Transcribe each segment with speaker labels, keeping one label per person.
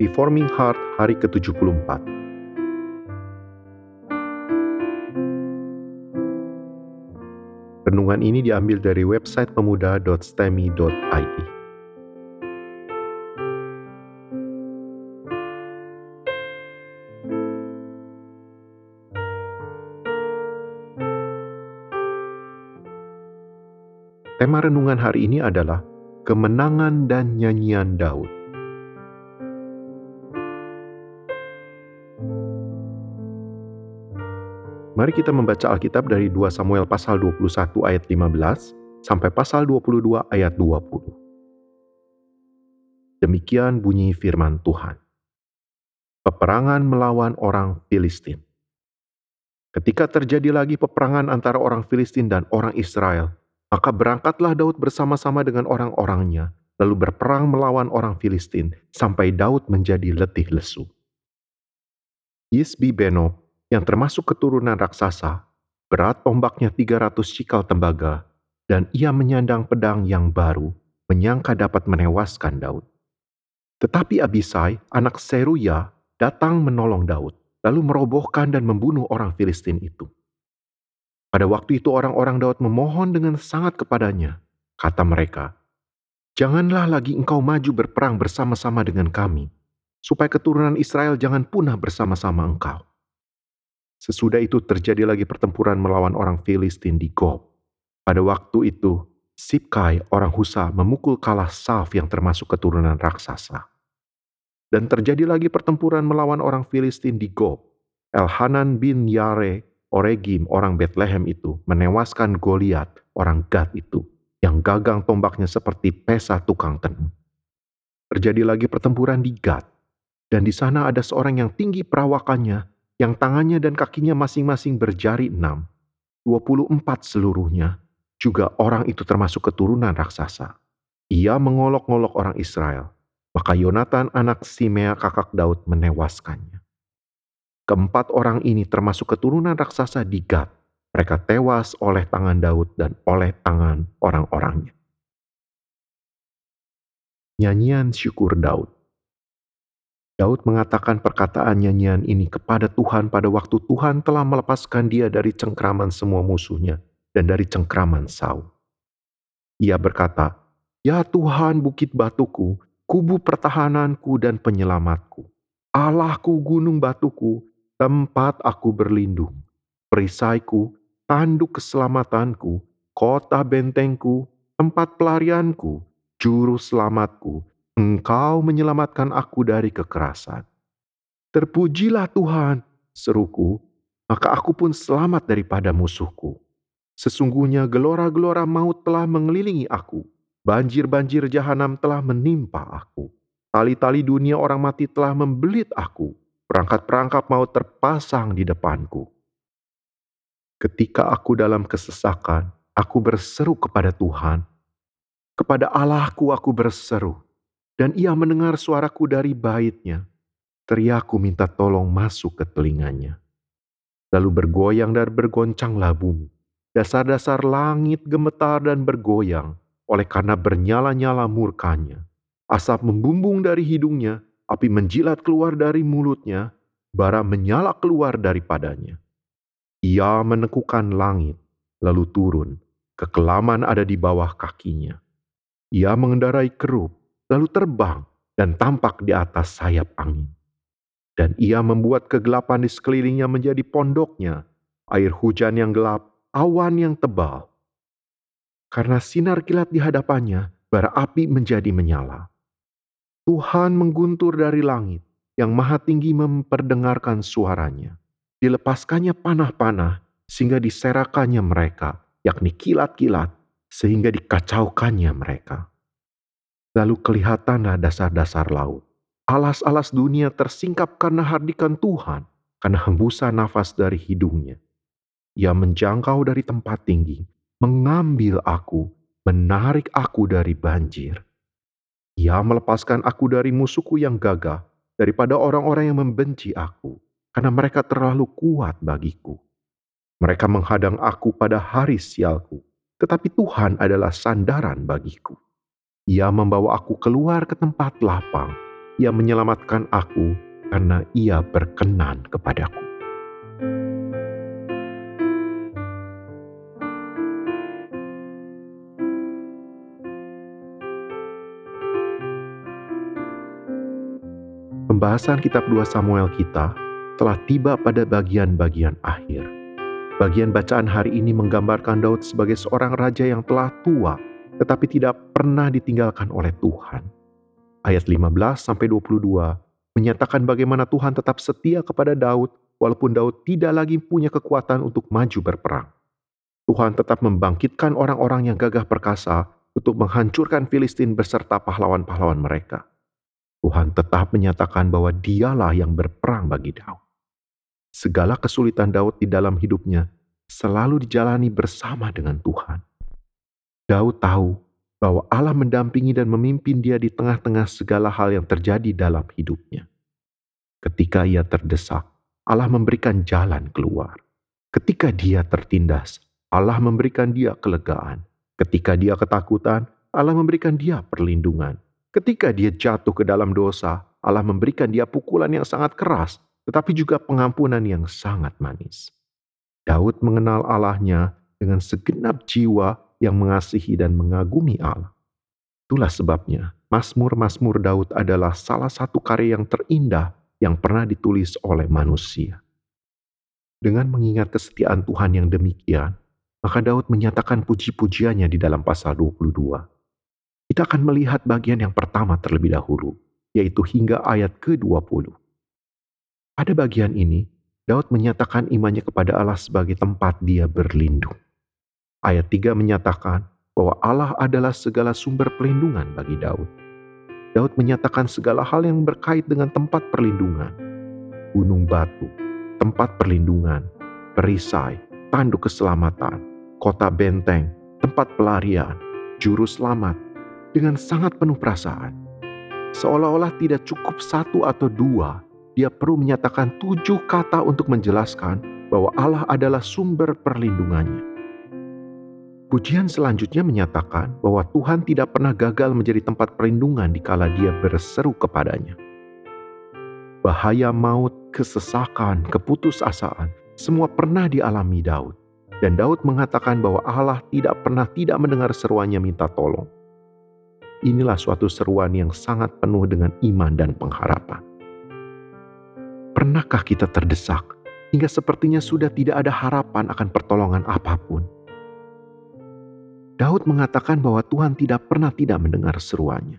Speaker 1: Reforming Heart hari ke-74. Renungan ini diambil dari website pemuda.stemi.id. Tema renungan hari ini adalah kemenangan dan nyanyian Daud. Mari kita membaca Alkitab dari 2 Samuel pasal 21 ayat 15 sampai pasal 22 ayat 20. Demikian bunyi firman Tuhan. Peperangan melawan orang Filistin. Ketika terjadi lagi peperangan antara orang Filistin dan orang Israel, maka berangkatlah Daud bersama-sama dengan orang-orangnya, lalu berperang melawan orang Filistin, sampai Daud menjadi letih lesu. Yisbi Benob, yang termasuk keturunan raksasa, berat tombaknya 300 shikal tembaga, dan ia menyandang pedang yang baru, menyangka dapat menewaskan Daud. Tetapi Abisai, anak Seruya, datang menolong Daud, lalu merobohkan dan membunuh orang Filistin itu. Pada waktu itu orang-orang Daud memohon dengan sangat kepadanya. Kata mereka, "Janganlah lagi engkau maju berperang bersama-sama dengan kami, supaya keturunan Israel jangan punah bersama-sama engkau." Sesudah itu terjadi lagi pertempuran melawan orang Filistin di Gob. Pada waktu itu, Sibkai orang Husa memukul kalah Sauf yang termasuk keturunan raksasa. Dan terjadi lagi pertempuran melawan orang Filistin di Gob. Elhanan bin Yare Oregim orang Betlehem itu menewaskan Goliat orang Gad itu, yang gagang tombaknya seperti pesa tukang tenun. Terjadi lagi pertempuran di Gad, dan di sana ada seorang yang tinggi perawakannya, yang tangannya dan kakinya masing-masing berjari 6, 24 seluruhnya, juga orang itu termasuk keturunan raksasa. Ia mengolok-ngolok orang Israel, maka Yonatan anak Simea kakak Daud menewaskannya. Keempat orang ini termasuk keturunan raksasa di Gad. Mereka tewas oleh tangan Daud dan oleh tangan orang-orangnya. Nyanyian syukur Daud. Daud mengatakan perkataan nyanyian ini kepada Tuhan pada waktu Tuhan telah melepaskan dia dari cengkraman semua musuhnya dan dari cengkraman Saul. Ia berkata, "Ya Tuhan, bukit batuku, kubu pertahananku dan penyelamatku, Allahku, gunung batuku, tempat aku berlindung, perisaiku, tanduk keselamatanku, kota bentengku, tempat pelarianku, juru selamatku, Engkau menyelamatkan aku dari kekerasan. Terpujilah Tuhan," seruku, "maka aku pun selamat daripada musuhku. Sesungguhnya gelora-gelora maut telah mengelilingi aku, banjir-banjir jahanam telah menimpa aku. Tali-tali dunia orang mati telah membelit aku, perangkap-perangkap maut terpasang di depanku. Ketika aku dalam kesesakan, aku berseru kepada Tuhan. Kepada Allahku aku berseru, dan ia mendengar suaraku dari baitnya. Teriakku minta tolong masuk ke telinganya. Lalu bergoyang dan bergoncanglah bumi. Dasar-dasar langit gemetar dan bergoyang oleh karena bernyala-nyala murkanya. Asap membumbung dari hidungnya, api menjilat keluar dari mulutnya, bara menyala keluar daripadanya. Ia menekukan langit, lalu turun, kekelaman ada di bawah kakinya. Ia mengendarai kerub, lalu terbang, dan tampak di atas sayap angin. Dan ia membuat kegelapan di sekelilingnya menjadi pondoknya, air hujan yang gelap, awan yang tebal. Karena sinar kilat di hadapannya, bara api menjadi menyala. Tuhan mengguntur dari langit, yang maha tinggi memperdengarkan suaranya. Dilepaskannya panah-panah, sehingga diserakannya mereka, yakni kilat-kilat, sehingga dikacaukannya mereka. Lalu kelihatanlah dasar-dasar laut. Alas-alas dunia tersingkap karena hardikan Tuhan, karena hembusan nafas dari hidungnya. Ia menjangkau dari tempat tinggi, mengambil aku, menarik aku dari banjir. Ia melepaskan aku dari musuhku yang gagah, daripada orang-orang yang membenci aku, karena mereka terlalu kuat bagiku. Mereka menghadang aku pada hari sialku, tetapi Tuhan adalah sandaran bagiku. Ia membawa aku keluar ke tempat lapang. Ia menyelamatkan aku karena Ia berkenan kepadaku. Pembahasan kitab 2 Samuel kita telah tiba pada bagian-bagian akhir. Bagian bacaan hari ini menggambarkan Daud sebagai seorang raja yang telah tua, tetapi tidak pernah ditinggalkan oleh Tuhan. Ayat 15-22 menyatakan bagaimana Tuhan tetap setia kepada Daud, walaupun Daud tidak lagi punya kekuatan untuk maju berperang. Tuhan tetap membangkitkan orang-orang yang gagah perkasa untuk menghancurkan Filistin beserta pahlawan-pahlawan mereka. Tuhan tetap menyatakan bahwa Dialah yang berperang bagi Daud. Segala kesulitan Daud di dalam hidupnya selalu dijalani bersama dengan Tuhan. Daud tahu bahwa Allah mendampingi dan memimpin dia di tengah-tengah segala hal yang terjadi dalam hidupnya. Ketika ia terdesak, Allah memberikan jalan keluar. Ketika dia tertindas, Allah memberikan dia kelegaan. Ketika dia ketakutan, Allah memberikan dia perlindungan. Ketika dia jatuh ke dalam dosa, Allah memberikan dia pukulan yang sangat keras, tetapi juga pengampunan yang sangat manis. Daud mengenal Allahnya dengan segenap jiwa yang mengasihi dan mengagumi Allah. Itulah sebabnya Mazmur-Mazmur Daud adalah salah satu karya yang terindah yang pernah ditulis oleh manusia. Dengan mengingat kesetiaan Tuhan yang demikian, maka Daud menyatakan puji-pujiannya di dalam pasal 22. Kita akan melihat bagian yang pertama terlebih dahulu, yaitu hingga ayat ke-20. Pada bagian ini, Daud menyatakan imannya kepada Allah sebagai tempat dia berlindung. Ayat 3 menyatakan bahwa Allah adalah segala sumber pelindungan bagi Daud. Daud menyatakan segala hal yang berkait dengan tempat perlindungan. Gunung batu, tempat perlindungan, perisai, tanduk keselamatan, kota benteng, tempat pelarian, juru selamat, dengan sangat penuh perasaan. Seolah-olah tidak cukup satu atau dua, dia perlu menyatakan 7 kata untuk menjelaskan bahwa Allah adalah sumber perlindungannya. Pujian selanjutnya menyatakan bahwa Tuhan tidak pernah gagal menjadi tempat perlindungan dikala dia berseru kepadanya. Bahaya maut, kesesakan, keputusasaan, semua pernah dialami Daud. Dan Daud mengatakan bahwa Allah tidak pernah tidak mendengar seruannya minta tolong. Inilah suatu seruan yang sangat penuh dengan iman dan pengharapan. Pernahkah kita terdesak hingga sepertinya sudah tidak ada harapan akan pertolongan apapun? Daud mengatakan bahwa Tuhan tidak pernah tidak mendengar seruannya.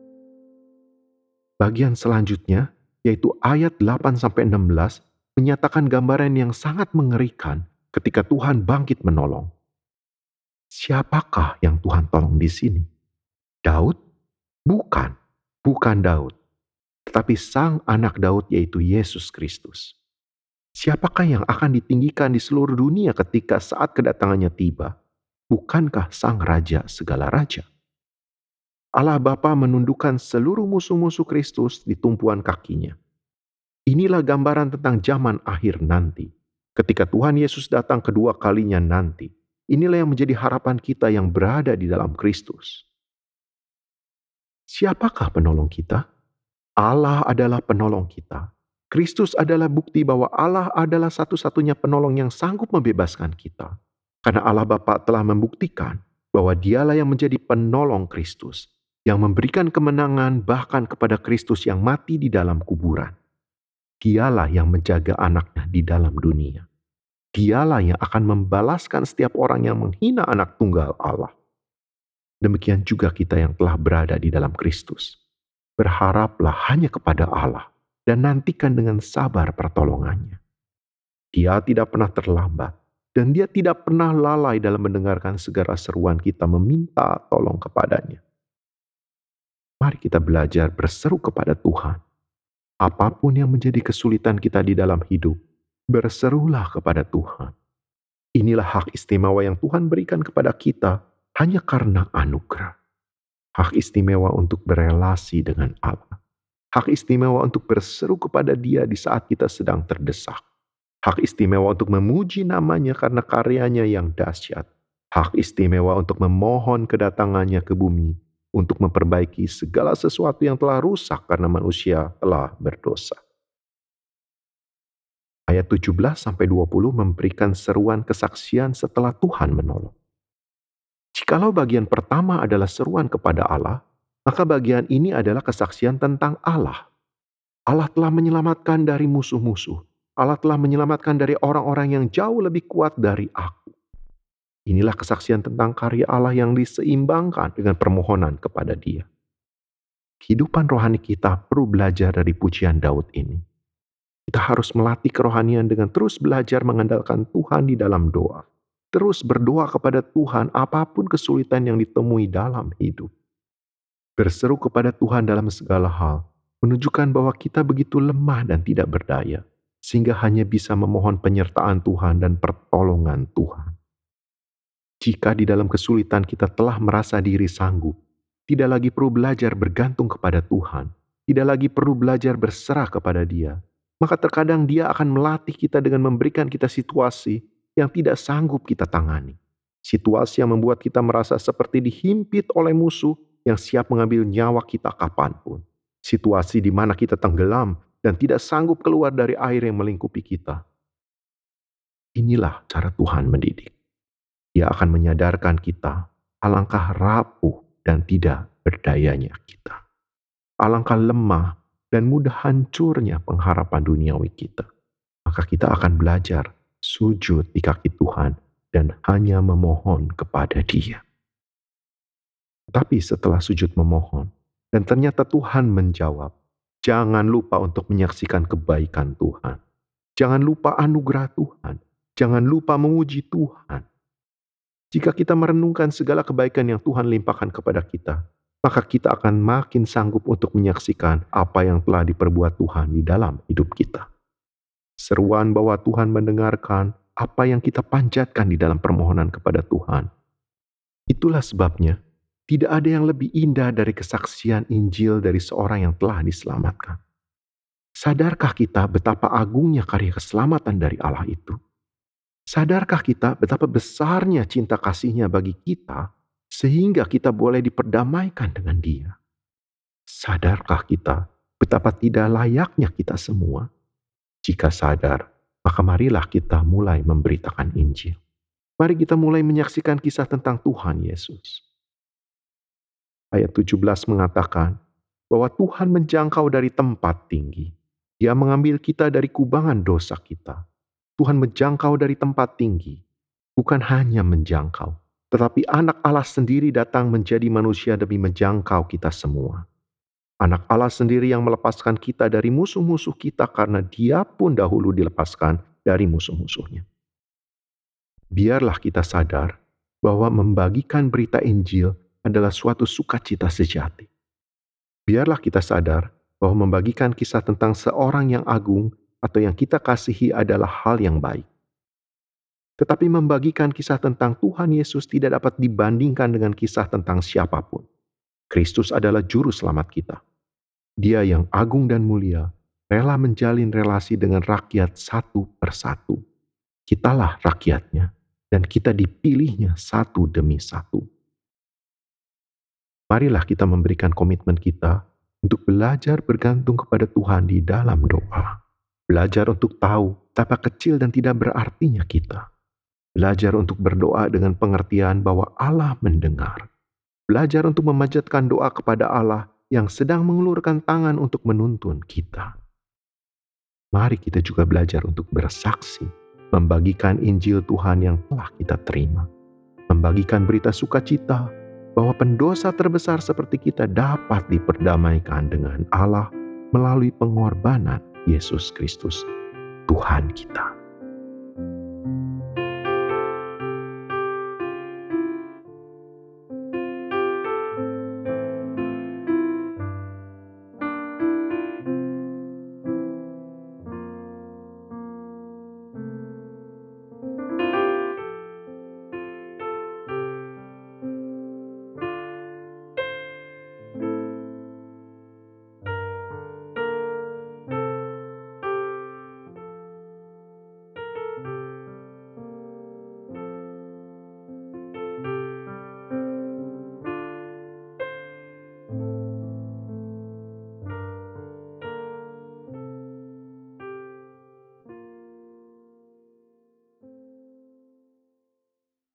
Speaker 1: Bagian selanjutnya, yaitu ayat 8-16, menyatakan gambaran yang sangat mengerikan ketika Tuhan bangkit menolong. Siapakah yang Tuhan tolong di sini? Daud? Bukan Daud, tetapi sang anak Daud yaitu Yesus Kristus. Siapakah yang akan ditinggikan di seluruh dunia ketika saat kedatangannya tiba? Bukankah sang raja segala raja? Allah Bapa menundukkan seluruh musuh-musuh Kristus di tumpuan kakinya. Inilah gambaran tentang zaman akhir nanti. Ketika Tuhan Yesus datang kedua kalinya nanti, inilah yang menjadi harapan kita yang berada di dalam Kristus. Siapakah penolong kita? Allah adalah penolong kita. Kristus adalah bukti bahwa Allah adalah satu-satunya penolong yang sanggup membebaskan kita. Karena Allah Bapa telah membuktikan bahwa Dialah yang menjadi penolong Kristus, yang memberikan kemenangan bahkan kepada Kristus yang mati di dalam kuburan. Dialah yang menjaga anaknya di dalam dunia. Dialah yang akan membalaskan setiap orang yang menghina anak tunggal Allah. Demikian juga kita yang telah berada di dalam Kristus. Berharaplah hanya kepada Allah dan nantikan dengan sabar pertolongannya. Dia tidak pernah terlambat dan dia tidak pernah lalai dalam mendengarkan segala seruan kita meminta tolong kepadanya. Mari kita belajar berseru kepada Tuhan. Apapun yang menjadi kesulitan kita di dalam hidup, berserulah kepada Tuhan. Inilah hak istimewa yang Tuhan berikan kepada kita hanya karena anugerah. Hak istimewa untuk berelasi dengan Allah. Hak istimewa untuk berseru kepada Dia di saat kita sedang terdesak. Hak istimewa untuk memuji namanya karena karyanya yang dahsyat. Hak istimewa untuk memohon kedatangannya ke bumi untuk memperbaiki segala sesuatu yang telah rusak karena manusia telah berdosa. Ayat 17-20 memberikan seruan kesaksian setelah Tuhan menolong. Jikalau bagian pertama adalah seruan kepada Allah, maka bagian ini adalah kesaksian tentang Allah. Allah telah menyelamatkan dari musuh-musuh. Allah telah menyelamatkan dari orang-orang yang jauh lebih kuat dari aku. Inilah kesaksian tentang karya Allah yang diseimbangkan dengan permohonan kepada Dia. Kehidupan rohani kita perlu belajar dari pujian Daud ini. Kita harus melatih kerohanian dengan terus belajar mengandalkan Tuhan di dalam doa. Terus berdoa kepada Tuhan apapun kesulitan yang ditemui dalam hidup. Berseru kepada Tuhan dalam segala hal, menunjukkan bahwa kita begitu lemah dan tidak berdaya, sehingga hanya bisa memohon penyertaan Tuhan dan pertolongan Tuhan. Jika di dalam kesulitan kita telah merasa diri sanggup, tidak lagi perlu belajar bergantung kepada Tuhan, tidak lagi perlu belajar berserah kepada Dia, maka terkadang Dia akan melatih kita dengan memberikan kita situasi yang tidak sanggup kita tangani. Situasi yang membuat kita merasa seperti dihimpit oleh musuh yang siap mengambil nyawa kita kapanpun. Situasi di mana kita tenggelam dan tidak sanggup keluar dari air yang melingkupi kita. Inilah cara Tuhan mendidik. Dia akan menyadarkan kita alangkah rapuh dan tidak berdayanya kita. Alangkah lemah dan mudah hancurnya pengharapan duniawi kita. Maka kita akan belajar sujud di kaki Tuhan dan hanya memohon kepada Dia. Tapi setelah sujud memohon, dan ternyata Tuhan menjawab, jangan lupa untuk menyaksikan kebaikan Tuhan. Jangan lupa anugerah Tuhan. Jangan lupa memuji Tuhan. Jika kita merenungkan segala kebaikan yang Tuhan limpahkan kepada kita, maka kita akan makin sanggup untuk menyaksikan apa yang telah diperbuat Tuhan di dalam hidup kita. Seruan bahwa Tuhan mendengarkan apa yang kita panjatkan di dalam permohonan kepada Tuhan. Itulah sebabnya, tidak ada yang lebih indah dari kesaksian Injil dari seorang yang telah diselamatkan. Sadarkah kita betapa agungnya karya keselamatan dari Allah itu? Sadarkah kita betapa besarnya cinta kasih-Nya bagi kita sehingga kita boleh diperdamaikan dengan Dia? Sadarkah kita betapa tidak layaknya kita semua? Jika sadar, maka marilah kita mulai memberitakan Injil. Mari kita mulai menyaksikan kisah tentang Tuhan Yesus. Ayat 17 mengatakan bahwa Tuhan menjangkau dari tempat tinggi. Dia mengambil kita dari kubangan dosa kita. Tuhan menjangkau dari tempat tinggi, bukan hanya menjangkau, tetapi anak Allah sendiri datang menjadi manusia demi menjangkau kita semua. Anak Allah sendiri yang melepaskan kita dari musuh-musuh kita karena Dia pun dahulu dilepaskan dari musuh-musuhnya. Biarlah kita sadar bahwa membagikan berita Injil adalah suatu sukacita sejati. Biarlah kita sadar bahwa membagikan kisah tentang seorang yang agung atau yang kita kasihi adalah hal yang baik. Tetapi membagikan kisah tentang Tuhan Yesus tidak dapat dibandingkan dengan kisah tentang siapapun. Kristus adalah juru selamat kita. Dia yang agung dan mulia, rela menjalin relasi dengan rakyat satu persatu. Kitalah rakyatnya, dan kita dipilihnya satu demi satu. Marilah kita memberikan komitmen kita untuk belajar bergantung kepada Tuhan di dalam doa. Belajar untuk tahu betapa kecil dan tidak berartinya kita. Belajar untuk berdoa dengan pengertian bahwa Allah mendengar. Belajar untuk memanjatkan doa kepada Allah yang sedang mengulurkan tangan untuk menuntun kita. Mari kita juga belajar untuk bersaksi, membagikan Injil Tuhan yang telah kita terima. Membagikan berita sukacita bahwa pendosa terbesar seperti kita dapat diperdamaikan dengan Allah melalui pengorbanan Yesus Kristus, Tuhan kita.